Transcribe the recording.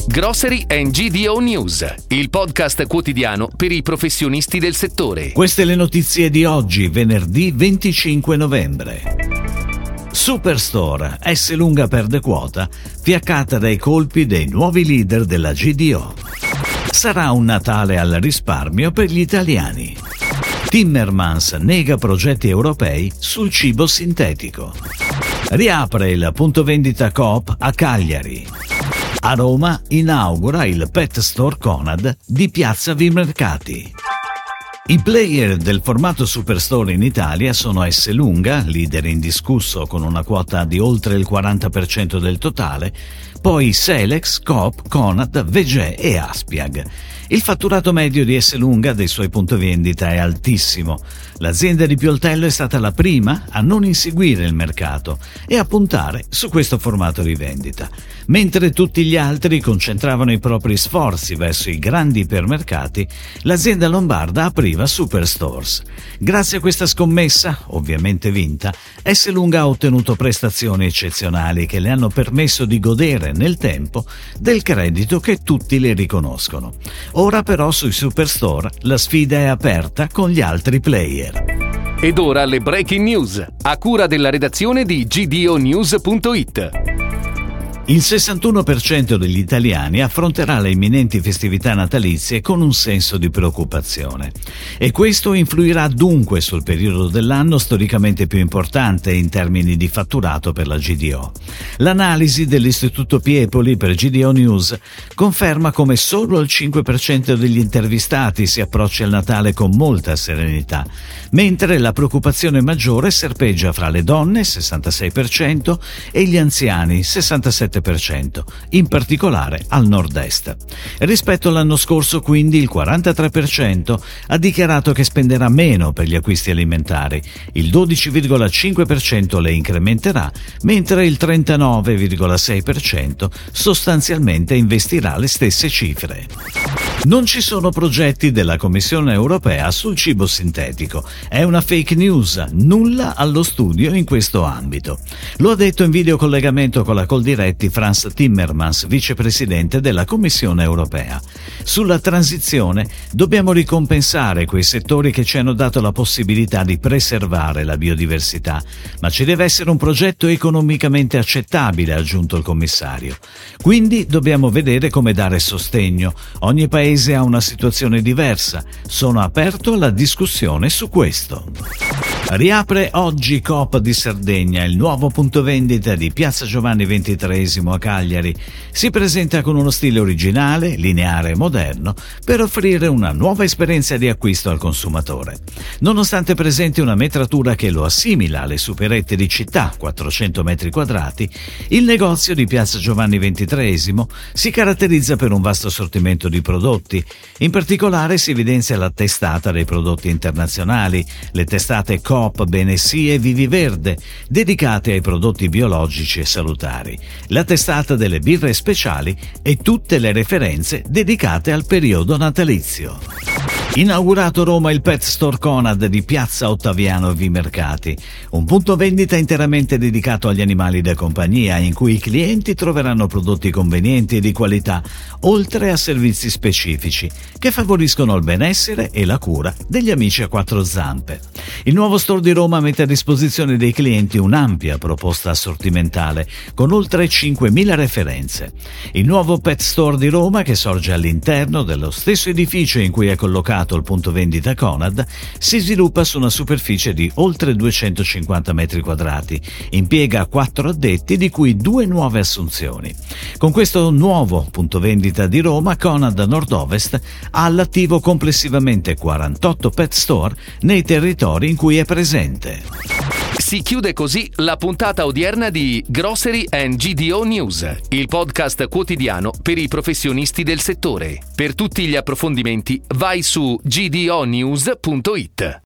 Grocery and GDO News, il podcast quotidiano per i professionisti del settore. Queste le notizie di oggi, venerdì 25 novembre. Superstore, Esselunga perde quota, fiaccata dai colpi dei nuovi leader della GDO. Sarà un Natale al risparmio per gli italiani. Timmermans nega progetti europei sul cibo sintetico. Riapre il punto vendita Coop a Cagliari. A Roma inaugura il Pet Store Conad di Piazza Vimercati. I player del formato Superstore in Italia sono Esselunga, leader indiscusso con una quota di oltre il 40% del totale, poi Selex, Coop, Conad, Vegè e Aspiag. Il fatturato medio di Esselunga dei suoi punti vendita è altissimo. L'azienda di Pioltello è stata la prima a non inseguire il mercato e a puntare su questo formato di vendita, mentre tutti gli altri concentravano i propri sforzi verso i grandi ipermercati, l'azienda lombarda apriva Superstores. Grazie a questa scommessa, ovviamente vinta, Esselunga ha ottenuto prestazioni eccezionali che le hanno permesso di godere nel tempo del credito che tutti le riconoscono. Ora però sui Superstore la sfida è aperta con gli altri player. Ed ora le breaking news, a cura della redazione di gdonews.it. Il 61% degli italiani affronterà le imminenti festività natalizie con un senso di preoccupazione. E questo influirà dunque sul periodo dell'anno storicamente più importante in termini di fatturato per la GDO. L'analisi dell'Istituto Piepoli per GDO News conferma come solo il 5% degli intervistati si approccia al Natale con molta serenità, mentre la preoccupazione maggiore serpeggia fra le donne, 66%, e gli anziani, 67%. In particolare al nord-est. Rispetto all'anno scorso, quindi, il 43% ha dichiarato che spenderà meno per gli acquisti alimentari, il 12,5% le incrementerà, mentre il 39,6% sostanzialmente investirà le stesse cifre. Non ci sono progetti della Commissione europea sul cibo sintetico. È una fake news, nulla allo studio in questo ambito. Lo ha detto in videocollegamento con la Coldiretti Frans Timmermans, vicepresidente della Commissione europea. Sulla transizione dobbiamo ricompensare quei settori che ci hanno dato la possibilità di preservare la biodiversità, ma ci deve essere un progetto economicamente accettabile, ha aggiunto il commissario. Quindi dobbiamo vedere come dare sostegno. Ogni paese ha una situazione diversa. Sono aperto alla discussione su questo. Riapre oggi Coop di Sardegna, il nuovo punto vendita di Piazza Giovanni XXIII a Cagliari. Si presenta con uno stile originale, lineare e moderno per offrire una nuova esperienza di acquisto al consumatore. Nonostante presenti una metratura che lo assimila alle superette di città, 400 metri quadrati, il negozio di Piazza Giovanni XXIII si caratterizza per un vasto assortimento di prodotti. In particolare si evidenzia la testata dei prodotti internazionali, le testate Coop, Benesì e Vivi Verde, dedicate ai prodotti biologici e salutari, la testata delle birre speciali e tutte le referenze dedicate al periodo natalizio. Inaugurato a Roma il Pet Store Conad di Piazza Ottaviano Vimercati, un punto vendita interamente dedicato agli animali da compagnia, in cui i clienti troveranno prodotti convenienti e di qualità, oltre a servizi specifici che favoriscono il benessere e la cura degli amici a quattro zampe. Il nuovo store di Roma mette a disposizione dei clienti un'ampia proposta assortimentale con oltre 5.000 referenze. Il nuovo Pet Store di Roma, che sorge all'interno dello stesso edificio in cui è collocato il punto vendita Conad, si sviluppa su una superficie di oltre 250 metri quadrati, impiega 4 addetti, di cui 2 nuove assunzioni. Con questo nuovo punto vendita di Roma, Conad Nord-Ovest ha all'attivo complessivamente 48 pet store nei territori in cui è presente. Si chiude così la puntata odierna di Grocery and GDO News, il podcast quotidiano per i professionisti del settore. Per tutti gli approfondimenti vai su gdonews.it.